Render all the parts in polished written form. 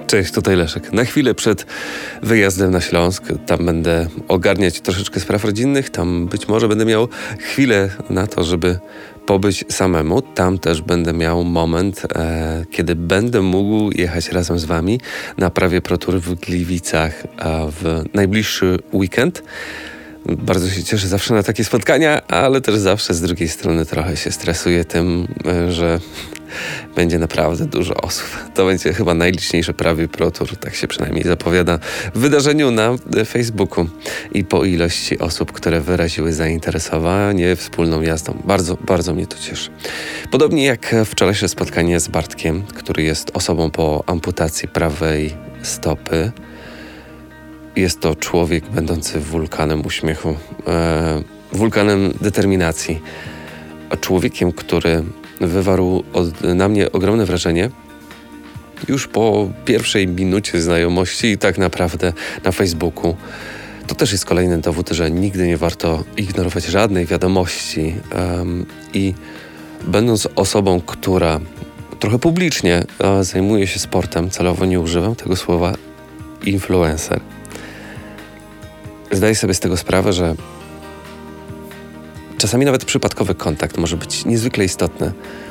Cześć, tutaj Leszek. Na chwilę przed wyjazdem na Śląsk, tam będę ogarniać troszeczkę spraw rodzinnych, tam być może będę miał chwilę na to, żeby pobyć samemu. Tam też będę miał moment, kiedy będę mógł jechać razem z wami na prawie Pro Tour w Gliwicach w najbliższy weekend. Bardzo się cieszę zawsze na takie spotkania, ale też zawsze z drugiej strony trochę się stresuję tym, że będzie naprawdę dużo osób. To będzie chyba najliczniejsze prawie Pro Tour, tak się przynajmniej zapowiada w wydarzeniu na Facebooku i po ilości osób, które wyraziły zainteresowanie wspólną jazdą. Bardzo, bardzo mnie to cieszy. Podobnie jak wczorajsze spotkanie z Bartkiem, który jest osobą po amputacji prawej stopy. Jest to człowiek będący wulkanem uśmiechu, wulkanem determinacji. Człowiekiem, który wywarł na mnie ogromne wrażenie już po pierwszej minucie znajomości i tak naprawdę na Facebooku. To też jest kolejny dowód, że nigdy nie warto ignorować żadnej wiadomości i będąc osobą, która trochę publicznie zajmuje się sportem, celowo nie używam tego słowa influencer, zdaję sobie z tego sprawę, że czasami nawet przypadkowy kontakt może być niezwykle istotny,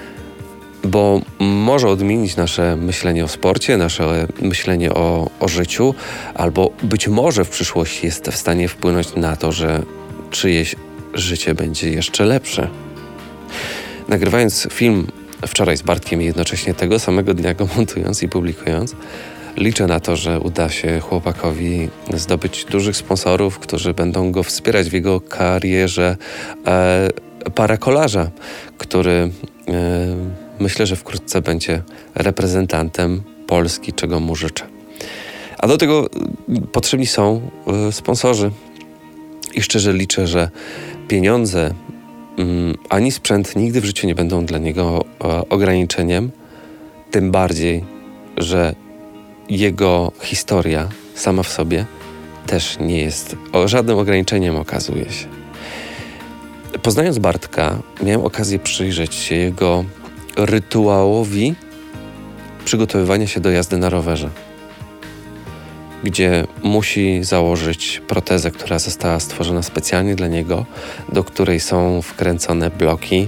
bo może odmienić nasze myślenie o sporcie, nasze myślenie o życiu, albo być może w przyszłości jest w stanie wpłynąć na to, że czyjeś życie będzie jeszcze lepsze. Nagrywając film wczoraj z Bartkiem i jednocześnie tego samego dnia go montując i publikując, liczę na to, że uda się chłopakowi zdobyć dużych sponsorów, którzy będą go wspierać w jego karierze parakolarza, który myślę, że wkrótce będzie reprezentantem Polski, czego mu życzę. A do tego potrzebni są sponsorzy. I szczerze liczę, że pieniądze ani sprzęt nigdy w życiu nie będą dla niego ograniczeniem. Tym bardziej, że jego historia sama w sobie też nie jest żadnym ograniczeniem, okazuje się. Poznając Bartka, miałem okazję przyjrzeć się jego rytuałowi przygotowywania się do jazdy na rowerze, gdzie musi założyć protezę, która została stworzona specjalnie dla niego, do której są wkręcone bloki.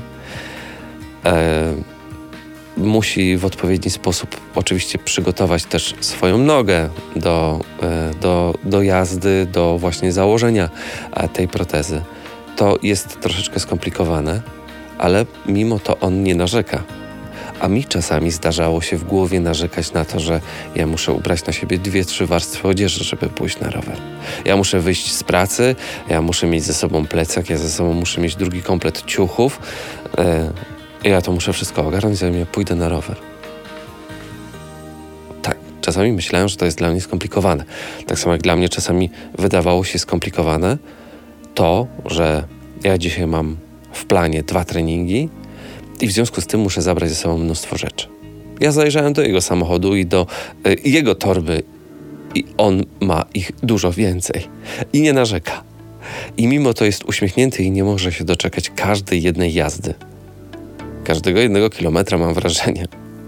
Musi w odpowiedni sposób oczywiście przygotować też swoją nogę do jazdy, do właśnie założenia tej protezy. To jest troszeczkę skomplikowane, ale mimo to on nie narzeka. A mi czasami zdarzało się w głowie narzekać na to, że ja muszę ubrać na siebie 2-3 warstwy odzieży, żeby pójść na rower. Ja muszę wyjść z pracy, ja muszę mieć ze sobą plecak, ja ze sobą muszę mieć drugi komplet ciuchów. Ja to muszę wszystko ogarnąć, zanim ja pójdę na rower. Tak, czasami myślałem, że to jest dla mnie skomplikowane. Tak samo jak dla mnie czasami wydawało się skomplikowane to, że ja dzisiaj mam w planie 2 treningi i w związku z tym muszę zabrać ze sobą mnóstwo rzeczy. Ja zajrzałem do jego samochodu i do jego torby i on ma ich dużo więcej i nie narzeka. I mimo to jest uśmiechnięty i nie może się doczekać każdej jednej jazdy. Każdego 1 kilometra, mam wrażenie.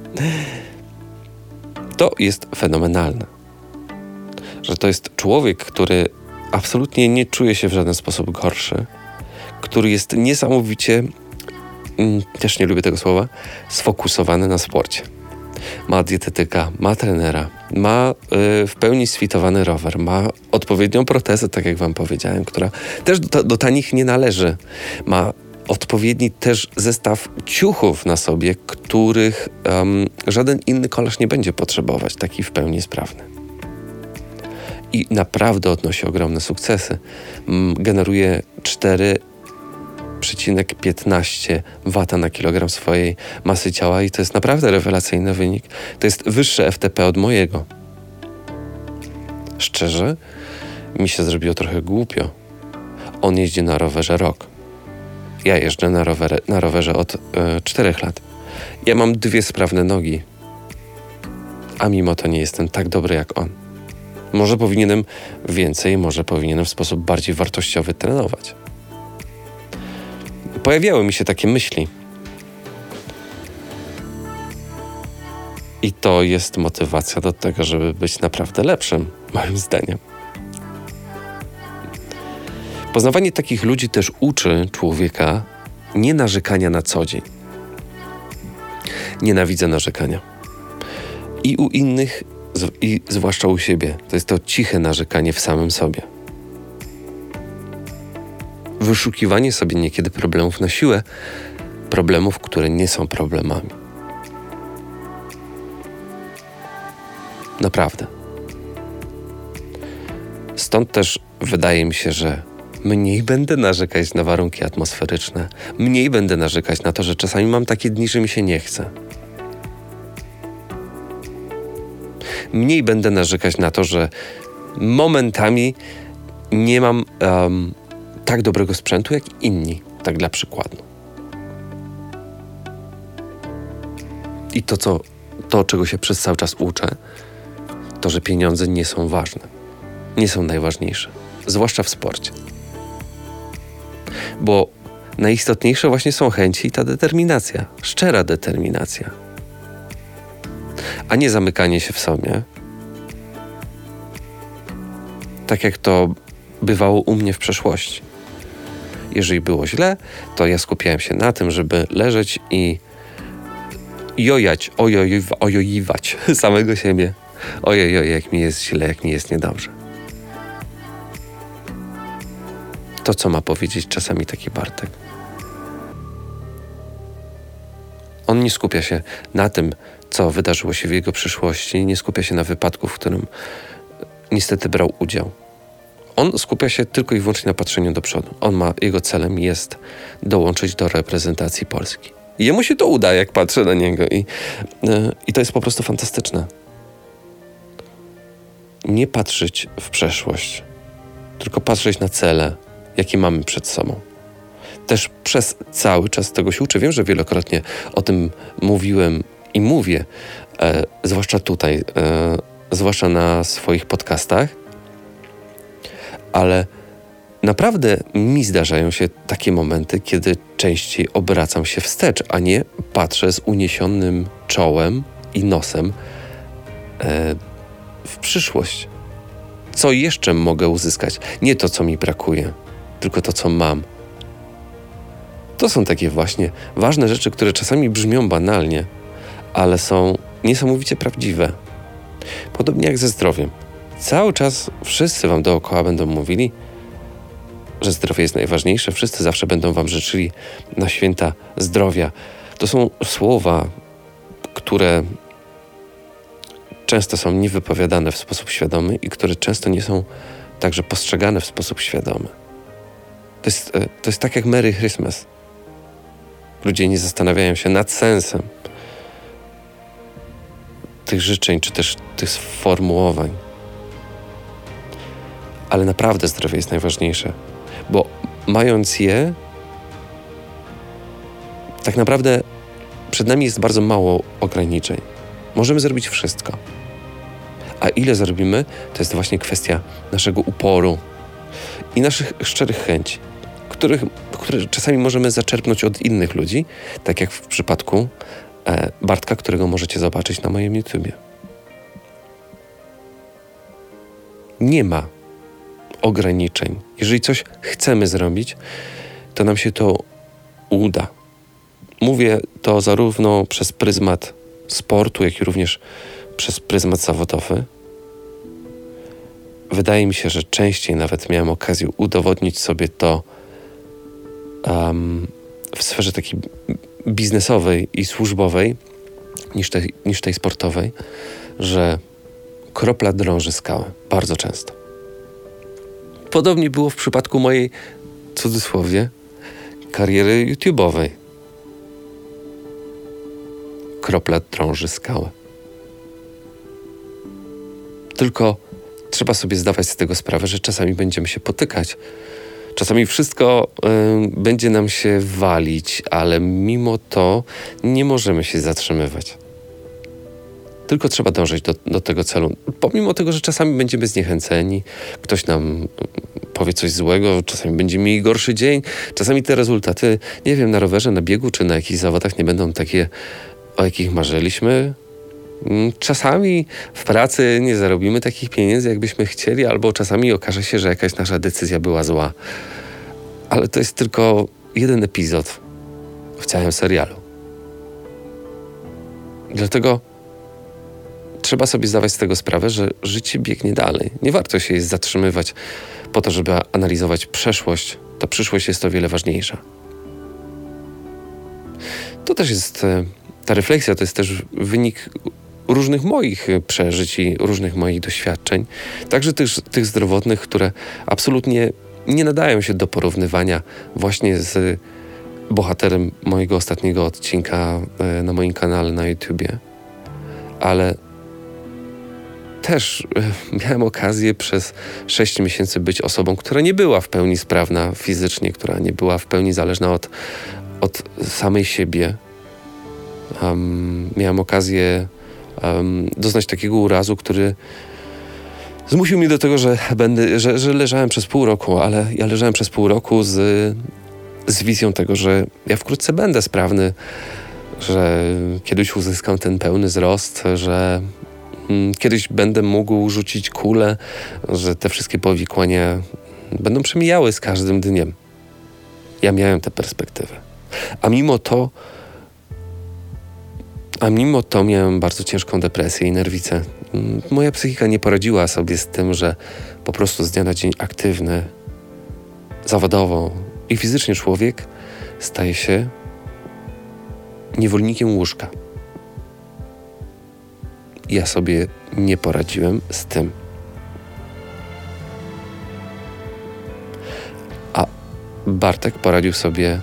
To jest fenomenalne. Że to jest człowiek, który absolutnie nie czuje się w żaden sposób gorszy, który jest niesamowicie, też nie lubię tego słowa, sfokusowany na sporcie. Ma dietetyka, ma trenera, ma w pełni sfitowany rower, ma odpowiednią protezę, tak jak wam powiedziałem, która też do tanich nie należy. Ma odpowiedni też zestaw ciuchów na sobie, których żaden inny kolarz nie będzie potrzebować, taki w pełni sprawny. I naprawdę odnosi ogromne sukcesy. Generuje 4,15 W na kilogram swojej masy ciała i to jest naprawdę rewelacyjny wynik. To jest wyższe FTP od mojego. Szczerze, mi się zrobiło trochę głupio. On jeździ na rowerze rok. Ja jeżdżę na rowerze od 4 lat. Ja mam 2 sprawne nogi, a mimo to nie jestem tak dobry jak on. Może powinienem więcej, może powinienem w sposób bardziej wartościowy trenować. Pojawiały mi się takie myśli. I to jest motywacja do tego, żeby być naprawdę lepszym, moim zdaniem. Poznawanie takich ludzi też uczy człowieka nie narzekania na co dzień. Nienawidzę narzekania. I u innych, i zwłaszcza u siebie. To jest to ciche narzekanie w samym sobie. Wyszukiwanie sobie niekiedy problemów na siłę, problemów, które nie są problemami. Naprawdę. Stąd też wydaje mi się, że mniej będę narzekać na warunki atmosferyczne, mniej będę narzekać na to, że czasami mam takie dni, że mi się nie chce. Mniej będę narzekać na to, że momentami nie mam tak dobrego sprzętu jak inni, tak dla przykładu. I to, czego się przez cały czas uczę, to, że pieniądze nie są ważne. Nie są najważniejsze. Zwłaszcza w sporcie. Bo najistotniejsze właśnie są chęci i ta determinacja. Szczera determinacja. A nie zamykanie się w sobie. Tak jak to bywało u mnie w przeszłości. Jeżeli było źle, to ja skupiałem się na tym, żeby leżeć i ojoiwać samego siebie. Ojej, jak mi jest źle, jak mi jest niedobrze. To, co ma powiedzieć czasami taki Bartek. On nie skupia się na tym, co wydarzyło się w jego przyszłości, nie skupia się na wypadku, w którym niestety brał udział. On skupia się tylko i wyłącznie na patrzeniu do przodu. Jego celem jest dołączyć do reprezentacji Polski. I jemu się to uda, jak patrzę na niego. I to jest po prostu fantastyczne. Nie patrzeć w przeszłość, tylko patrzeć na cele, jakie mamy przed sobą. Też przez cały czas tego się uczę. Wiem, że wielokrotnie o tym mówiłem i mówię, zwłaszcza tutaj, zwłaszcza na swoich podcastach, ale naprawdę mi zdarzają się takie momenty, kiedy częściej obracam się wstecz, a nie patrzę z uniesionym czołem i nosem w przyszłość. Co jeszcze mogę uzyskać? Nie to, co mi brakuje, tylko to, co mam. To są takie właśnie ważne rzeczy, które czasami brzmią banalnie, ale są niesamowicie prawdziwe. Podobnie jak ze zdrowiem. Cały czas wszyscy wam dookoła będą mówili, że zdrowie jest najważniejsze. Wszyscy zawsze będą wam życzyli na święta zdrowia. To są słowa, które często są niewypowiadane w sposób świadomy i które często nie są także postrzegane w sposób świadomy. To jest tak jak Merry Christmas. Ludzie nie zastanawiają się nad sensem tych życzeń, czy też tych sformułowań. Ale naprawdę zdrowie jest najważniejsze, bo mając je, tak naprawdę przed nami jest bardzo mało ograniczeń. Możemy zrobić wszystko. A ile zrobimy, to jest właśnie kwestia naszego uporu i naszych szczerych chęci, które czasami możemy zaczerpnąć od innych ludzi, tak jak w przypadku Bartka, którego możecie zobaczyć na moim YouTubie. Nie ma ograniczeń. Jeżeli coś chcemy zrobić, to nam się to uda. Mówię to zarówno przez pryzmat sportu, jak i również przez pryzmat zawodowy. Wydaje mi się, że częściej nawet miałem okazję udowodnić sobie to w sferze takiej biznesowej i służbowej niż tej sportowej, że kropla drąży skałę. Bardzo często. Podobnie było w przypadku mojej, w cudzysłowie, kariery YouTube'owej. Kropla drąży skałę. Tylko trzeba sobie zdawać z tego sprawę, że czasami będziemy się potykać. Czasami wszystko będzie nam się walić, ale mimo to nie możemy się zatrzymywać. Tylko trzeba dążyć do tego celu. Pomimo tego, że czasami będziemy zniechęceni, ktoś nam powie coś złego, czasami będziemy mieli gorszy dzień, czasami te rezultaty, nie wiem, na rowerze, na biegu czy na jakichś zawodach nie będą takie, o jakich marzyliśmy, Czasami w pracy nie zarobimy takich pieniędzy, jakbyśmy chcieli, albo czasami okaże się, że jakaś nasza decyzja była zła. Ale to jest tylko jeden epizod w całym serialu. Dlatego trzeba sobie zdawać z tego sprawę, że życie biegnie dalej. Nie warto się zatrzymywać po to, żeby analizować przeszłość. To przyszłość jest o wiele ważniejsza. To też jest, ta refleksja to jest też wynik różnych moich przeżyć i różnych moich doświadczeń. Także tych zdrowotnych, które absolutnie nie nadają się do porównywania właśnie z bohaterem mojego ostatniego odcinka na moim kanale na YouTubie. Ale też miałem okazję przez 6 miesięcy być osobą, która nie była w pełni sprawna fizycznie, która nie była w pełni zależna od samej siebie. Miałem okazję doznać takiego urazu, który zmusił mnie do tego, że leżałem przez pół roku, ale ja leżałem przez pół roku z wizją tego, że ja wkrótce będę sprawny, że kiedyś uzyskam ten pełny wzrost, że kiedyś będę mógł rzucić kulę, że te wszystkie powikłania będą przemijały z każdym dniem. Ja miałem tę perspektywę. A mimo to miałem bardzo ciężką depresję i nerwicę. Moja psychika nie poradziła sobie z tym, że po prostu z dnia na dzień aktywny, zawodowo i fizycznie człowiek staje się niewolnikiem łóżka. Ja sobie nie poradziłem z tym. A Bartek poradził sobie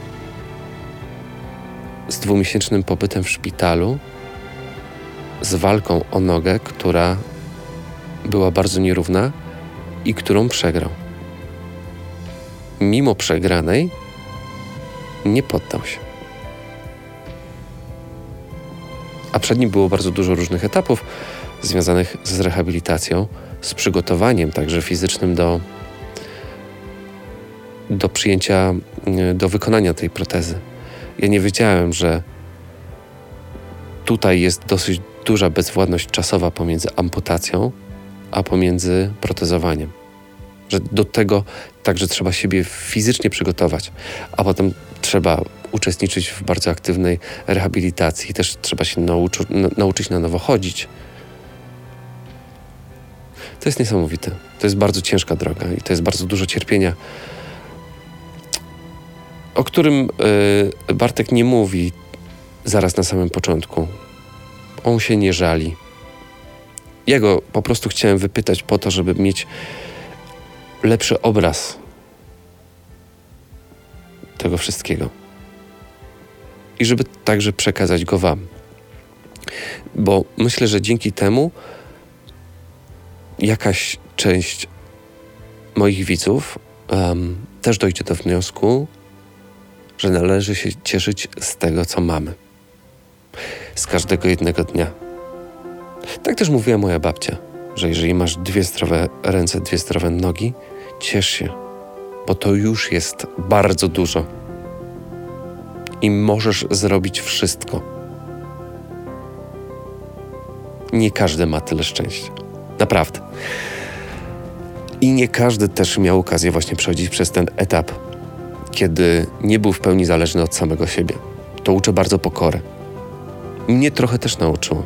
z 2-miesięcznym pobytem w szpitalu, z walką o nogę, która była bardzo nierówna i którą przegrał. Mimo przegranej nie poddał się. A przed nim było bardzo dużo różnych etapów związanych z rehabilitacją, z przygotowaniem także fizycznym do przyjęcia, do wykonania tej protezy. Ja nie wiedziałem, że tutaj jest dosyć duża bezwładność czasowa pomiędzy amputacją, a pomiędzy protezowaniem. Że do tego także trzeba siebie fizycznie przygotować, a potem trzeba uczestniczyć w bardzo aktywnej rehabilitacji. Też trzeba się nauczyć na nowo chodzić. To jest niesamowite. To jest bardzo ciężka droga i to jest bardzo dużo cierpienia, o którym Bartek nie mówi zaraz na samym początku. On się nie żali. Ja go po prostu chciałem wypytać po to, żeby mieć lepszy obraz tego wszystkiego. I żeby także przekazać go wam. Bo myślę, że dzięki temu jakaś część moich widzów też dojdzie do wniosku, że należy się cieszyć z tego, co mamy. Z każdego jednego dnia. Tak też mówiła moja babcia, że jeżeli masz 2 zdrowe ręce, 2 zdrowe nogi, ciesz się, bo to już jest bardzo dużo. I możesz zrobić wszystko. Nie każdy ma tyle szczęścia. Naprawdę. I nie każdy też miał okazję właśnie przechodzić przez ten etap, kiedy nie był w pełni zależny od samego siebie. To uczy bardzo pokory. Mnie trochę też nauczyło.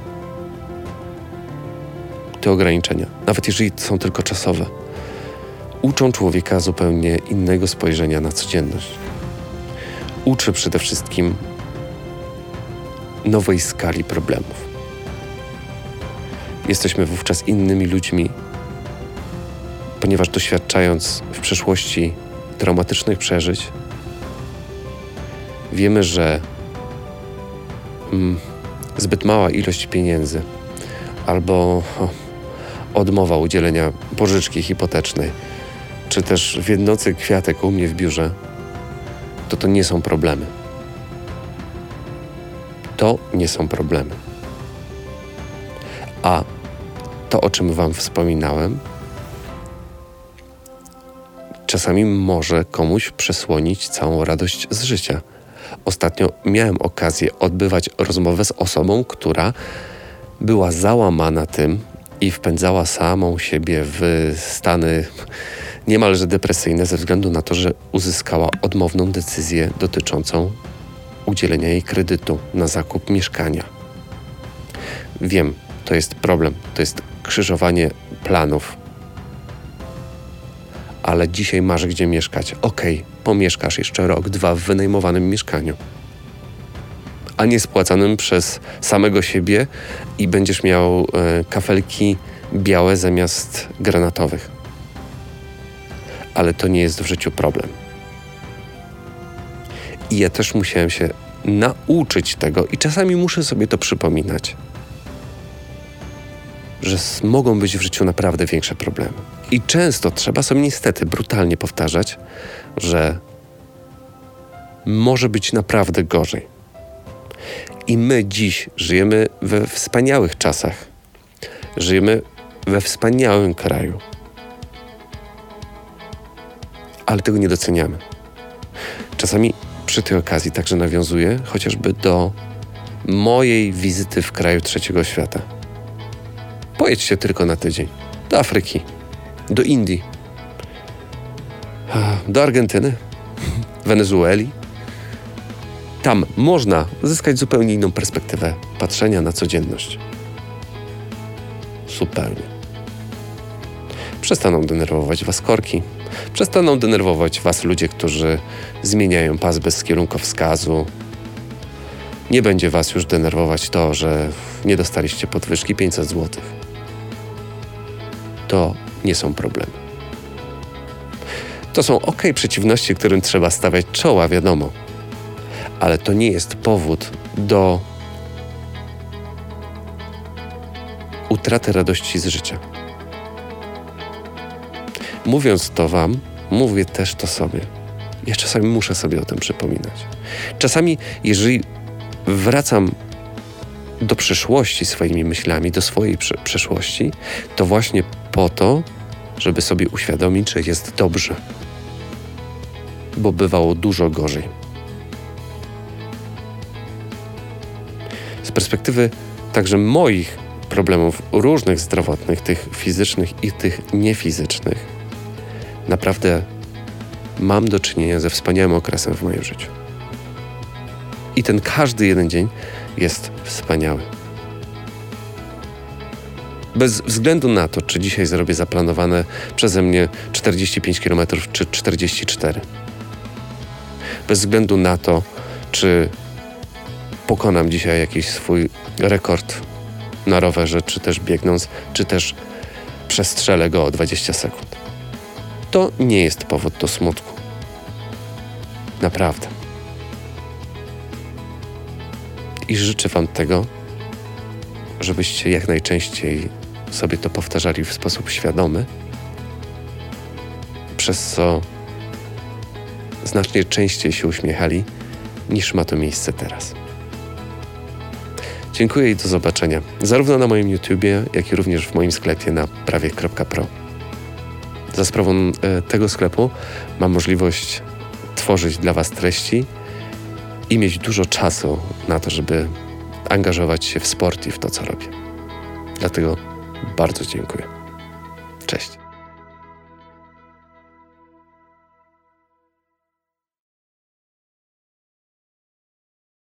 Te ograniczenia, nawet jeżeli są tylko czasowe, uczą człowieka zupełnie innego spojrzenia na codzienność. Uczy przede wszystkim nowej skali problemów. Jesteśmy wówczas innymi ludźmi, ponieważ doświadczając w przeszłości traumatycznych przeżyć, wiemy, że zbyt mała ilość pieniędzy albo odmowa udzielenia pożyczki hipotecznej, czy też więdnący kwiatek u mnie w biurze, to nie są problemy. To nie są problemy. A to, o czym wam wspominałem, czasami może komuś przesłonić całą radość z życia. Ostatnio miałem okazję odbywać rozmowę z osobą, która była załamana tym i wpędzała samą siebie w stany niemalże depresyjne ze względu na to, że uzyskała odmowną decyzję dotyczącą udzielenia jej kredytu na zakup mieszkania. Wiem, to jest problem, to jest krzyżowanie planów. Ale dzisiaj masz gdzie mieszkać. Okej, pomieszkasz jeszcze rok, 2 w wynajmowanym mieszkaniu, a nie spłacanym przez samego siebie i będziesz miał kafelki białe zamiast granatowych. Ale to nie jest w życiu problem. I ja też musiałem się nauczyć tego i czasami muszę sobie to przypominać, że mogą być w życiu naprawdę większe problemy. I często trzeba sobie niestety brutalnie powtarzać, że może być naprawdę gorzej. I my dziś żyjemy we wspaniałych czasach. Żyjemy we wspaniałym kraju. Ale tego nie doceniamy. Czasami przy tej okazji także nawiązuję chociażby do mojej wizyty w kraju trzeciego świata. Pojedźcie tylko na tydzień. Do Afryki, do Indii, do Argentyny, Wenezueli. Tam można zyskać zupełnie inną perspektywę patrzenia na codzienność. Zupełnie. Przestaną denerwować was korki. Przestaną denerwować was ludzie, którzy zmieniają pas bez kierunkowskazu. Nie będzie was już denerwować to, że nie dostaliście podwyżki 500 zł. To nie są problemy. To są przeciwności, którym trzeba stawiać czoła, wiadomo. Ale to nie jest powód do utraty radości z życia. Mówiąc to wam, mówię też to sobie. Ja czasami muszę sobie o tym przypominać. Czasami, jeżeli wracam do przeszłości swoimi myślami, do swojej przeszłości, to właśnie po to, żeby sobie uświadomić, że jest dobrze. Bo bywało dużo gorzej. Z perspektywy także moich problemów różnych zdrowotnych, tych fizycznych i tych niefizycznych, naprawdę mam do czynienia ze wspaniałym okresem w moim życiu. I ten każdy jeden dzień jest wspaniały. Bez względu na to, czy dzisiaj zrobię zaplanowane przeze mnie 45 km czy 44. Bez względu na to, czy pokonam dzisiaj jakiś swój rekord na rowerze, czy też biegnąc, czy też przestrzelę go o 20 sekund. To nie jest powód do smutku. Naprawdę. I życzę wam tego, żebyście jak najczęściej sobie to powtarzali w sposób świadomy, przez co znacznie częściej się uśmiechali, niż ma to miejsce teraz. Dziękuję i do zobaczenia, zarówno na moim YouTubie, jak i również w moim sklepie na prawie.pro. Za sprawą tego sklepu mam możliwość tworzyć dla was treści i mieć dużo czasu na to, żeby angażować się w sport i w to, co robię. Dlatego bardzo dziękuję. Cześć.